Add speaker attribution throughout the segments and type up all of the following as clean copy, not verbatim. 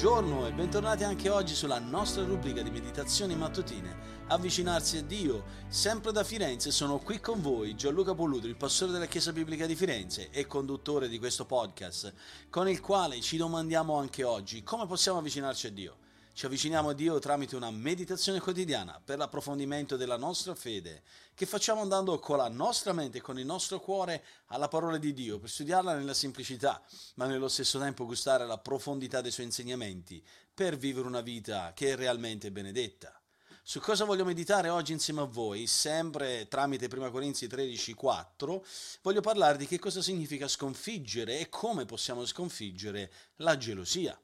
Speaker 1: Buongiorno e bentornati anche oggi sulla nostra rubrica di meditazioni mattutine. Avvicinarsi a Dio. Sempre da Firenze sono qui con voi Gianluca Pollutri, il pastore della Chiesa Biblica di Firenze e conduttore di questo podcast, con il quale ci domandiamo anche oggi come possiamo avvicinarci a Dio. Ci avviciniamo a Dio tramite una meditazione quotidiana per l'approfondimento della nostra fede, che facciamo andando con la nostra mente e con il nostro cuore alla parola di Dio, per studiarla nella semplicità, ma nello stesso tempo gustare la profondità dei suoi insegnamenti, per vivere una vita che è realmente benedetta. Su cosa voglio meditare oggi insieme a voi, sempre tramite 1 Corinzi 13,4, voglio parlare di che cosa significa sconfiggere e come possiamo sconfiggere la gelosia.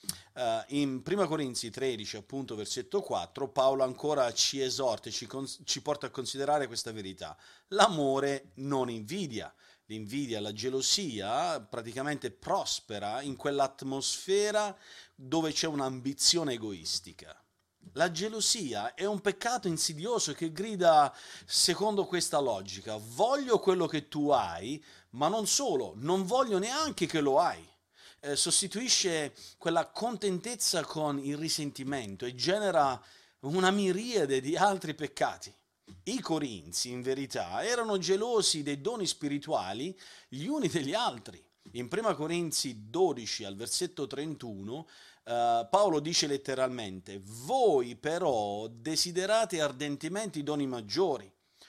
Speaker 1: In 1 Corinzi 13, appunto, versetto 4, Paolo ancora ci esorta e ci porta a considerare questa verità. L'amore non invidia. L'invidia, la gelosia praticamente prospera in quell'atmosfera dove c'è un'ambizione egoistica. La gelosia è un peccato insidioso che grida secondo questa logica: voglio quello che tu hai, ma non solo, non voglio neanche che lo hai. Sostituisce quella contentezza con il risentimento e genera una miriade di altri peccati. I Corinzi, in verità, erano gelosi dei doni spirituali gli uni degli altri. In 1 Corinzi 12, al versetto 31, Paolo dice letteralmente: voi però desiderate ardentemente i doni maggiori.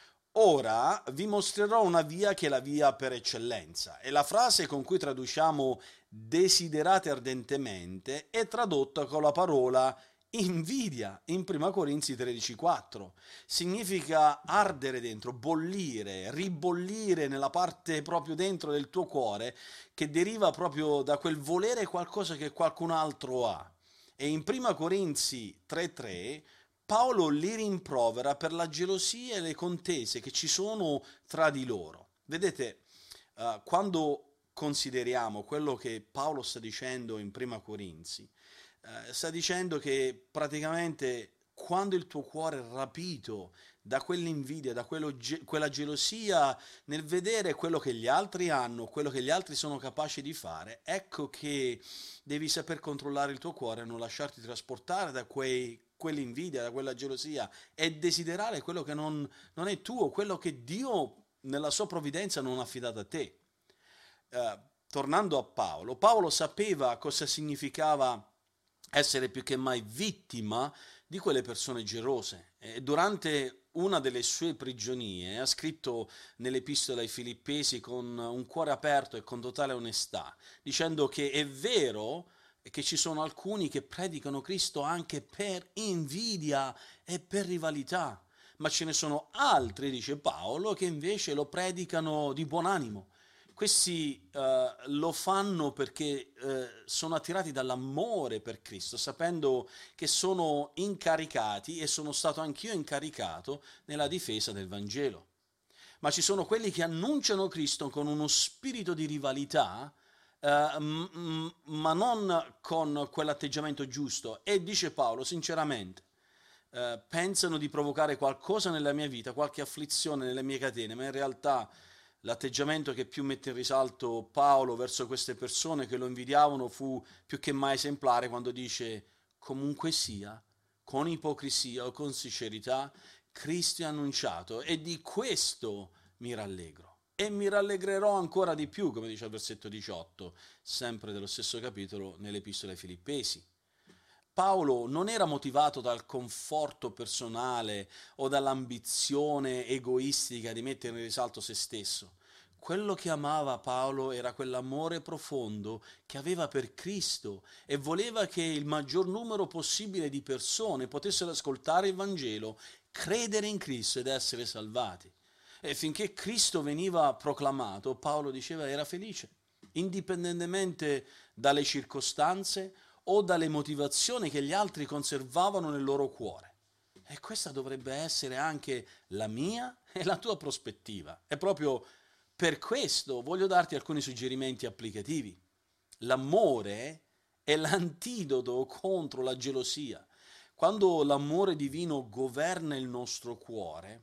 Speaker 1: Ora vi mostrerò una via che è la via per eccellenza. E la frase con cui traduciamo desiderate ardentemente è tradotta con la parola invidia in 1 Corinzi 13,4. Significa ardere dentro, bollire, ribollire nella parte proprio dentro del tuo cuore, che deriva proprio da quel volere qualcosa che qualcun altro ha. E in 1 Corinzi 3,3 Paolo li rimprovera per la gelosia e le contese che ci sono tra di loro. Vedete, quando consideriamo quello che Paolo sta dicendo in 1 Corinzi, sta dicendo che praticamente quando il tuo cuore è rapito da quell'invidia, da quella gelosia nel vedere quello che gli altri hanno, quello che gli altri sono capaci di fare, ecco che devi saper controllare il tuo cuore e non lasciarti trasportare da quell'invidia, da quella gelosia e desiderare quello che non è tuo, quello che Dio nella sua provvidenza non ha affidato a te. Tornando a Paolo sapeva cosa significava essere più che mai vittima di quelle persone gelose. E durante una delle sue prigionie ha scritto nell'epistola ai Filippesi con un cuore aperto e con totale onestà, dicendo che è vero che ci sono alcuni che predicano Cristo anche per invidia e per rivalità, ma ce ne sono altri, dice Paolo, che invece lo predicano di buon animo. Questi lo fanno perché sono attirati dall'amore per Cristo, sapendo che sono incaricati, e sono stato anch'io incaricato, nella difesa del Vangelo. Ma ci sono quelli che annunciano Cristo con uno spirito di rivalità, ma non con quell'atteggiamento giusto. E dice Paolo, sinceramente, pensano di provocare qualcosa nella mia vita, qualche afflizione nelle mie catene, ma in realtà l'atteggiamento che più mette in risalto Paolo verso queste persone che lo invidiavano fu più che mai esemplare, quando dice: comunque sia, con ipocrisia o con sincerità, Cristo è annunciato e di questo mi rallegro. E mi rallegrerò ancora di più, come dice al versetto 18, sempre dello stesso capitolo, nell'Epistola ai Filippesi. Paolo non era motivato dal conforto personale o dall'ambizione egoistica di mettere in risalto se stesso. Quello che amava Paolo era quell'amore profondo che aveva per Cristo e voleva che il maggior numero possibile di persone potessero ascoltare il Vangelo, credere in Cristo ed essere salvati. E finché Cristo veniva proclamato, Paolo diceva era felice, indipendentemente dalle circostanze o dalle motivazioni che gli altri conservavano nel loro cuore. E questa dovrebbe essere anche la mia e la tua prospettiva. E proprio per questo voglio darti alcuni suggerimenti applicativi. L'amore è l'antidoto contro la gelosia. Quando l'amore divino governa il nostro cuore,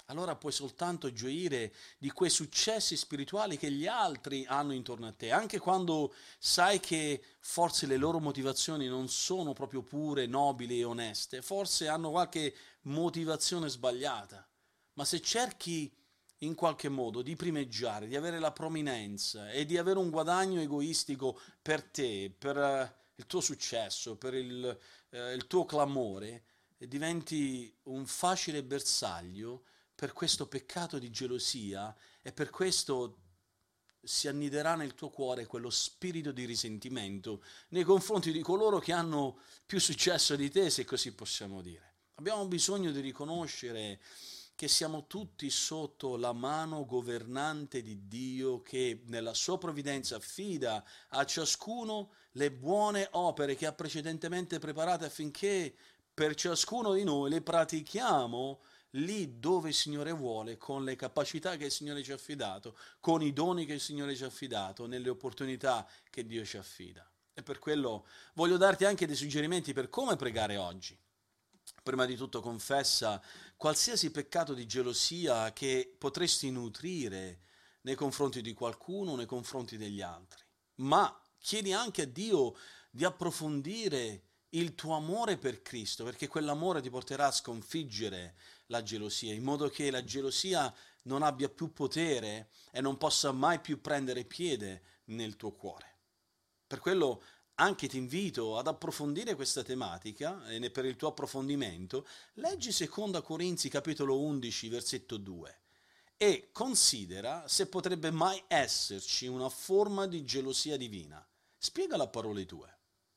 Speaker 1: allora puoi soltanto gioire di quei successi spirituali che gli altri hanno intorno a te, anche quando sai che forse le loro motivazioni non sono proprio pure, nobili e oneste, forse hanno qualche motivazione sbagliata. Ma se cerchi in qualche modo di primeggiare, di avere la prominenza e di avere un guadagno egoistico per te, per il tuo successo, per il tuo clamore, diventi un facile bersaglio per questo peccato di gelosia e per questo si anniderà nel tuo cuore quello spirito di risentimento nei confronti di coloro che hanno più successo di te, se così possiamo dire. Abbiamo bisogno di riconoscere che siamo tutti sotto la mano governante di Dio che nella sua provvidenza affida a ciascuno le buone opere che ha precedentemente preparate affinché per ciascuno di noi le pratichiamo lì dove il Signore vuole, con le capacità che il Signore ci ha affidato, con i doni che il Signore ci ha affidato, nelle opportunità che Dio ci affida. E per quello voglio darti anche dei suggerimenti per come pregare oggi. Prima di tutto confessa qualsiasi peccato di gelosia che potresti nutrire nei confronti di qualcuno, nei confronti degli altri. Ma chiedi anche a Dio di approfondire il tuo amore per Cristo, perché quell'amore ti porterà a sconfiggere la gelosia, in modo che la gelosia non abbia più potere e non possa mai più prendere piede nel tuo cuore. Per quello anche ti invito ad approfondire questa tematica e per il tuo approfondimento leggi 2 Corinzi capitolo 11 versetto 2 e considera se potrebbe mai esserci una forma di gelosia divina. Spiegala a parole tue.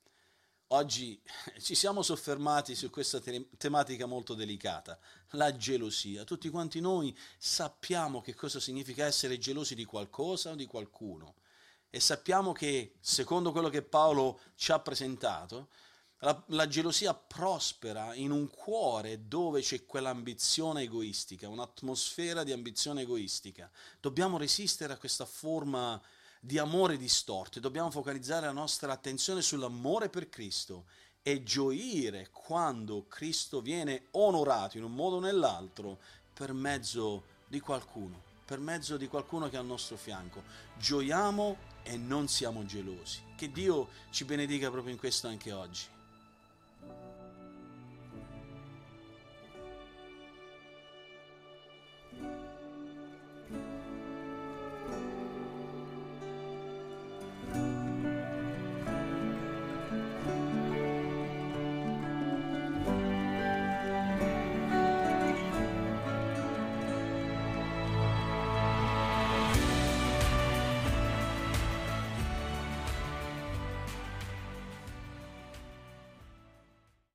Speaker 1: Oggi ci siamo soffermati su questa tematica molto delicata, la gelosia. Tutti quanti noi sappiamo che cosa significa essere gelosi di qualcosa o di qualcuno e sappiamo che, secondo quello che Paolo ci ha presentato, la gelosia prospera in un cuore dove c'è quell'ambizione egoistica, un'atmosfera di ambizione egoistica. Dobbiamo resistere a questa forma di amore distorto e dobbiamo focalizzare la nostra attenzione sull'amore per Cristo e gioire quando Cristo viene onorato in un modo o nell'altro per mezzo di qualcuno, per mezzo di qualcuno che è al nostro fianco. Gioiamo e non siamo gelosi. Che Dio ci benedica proprio in questo anche oggi.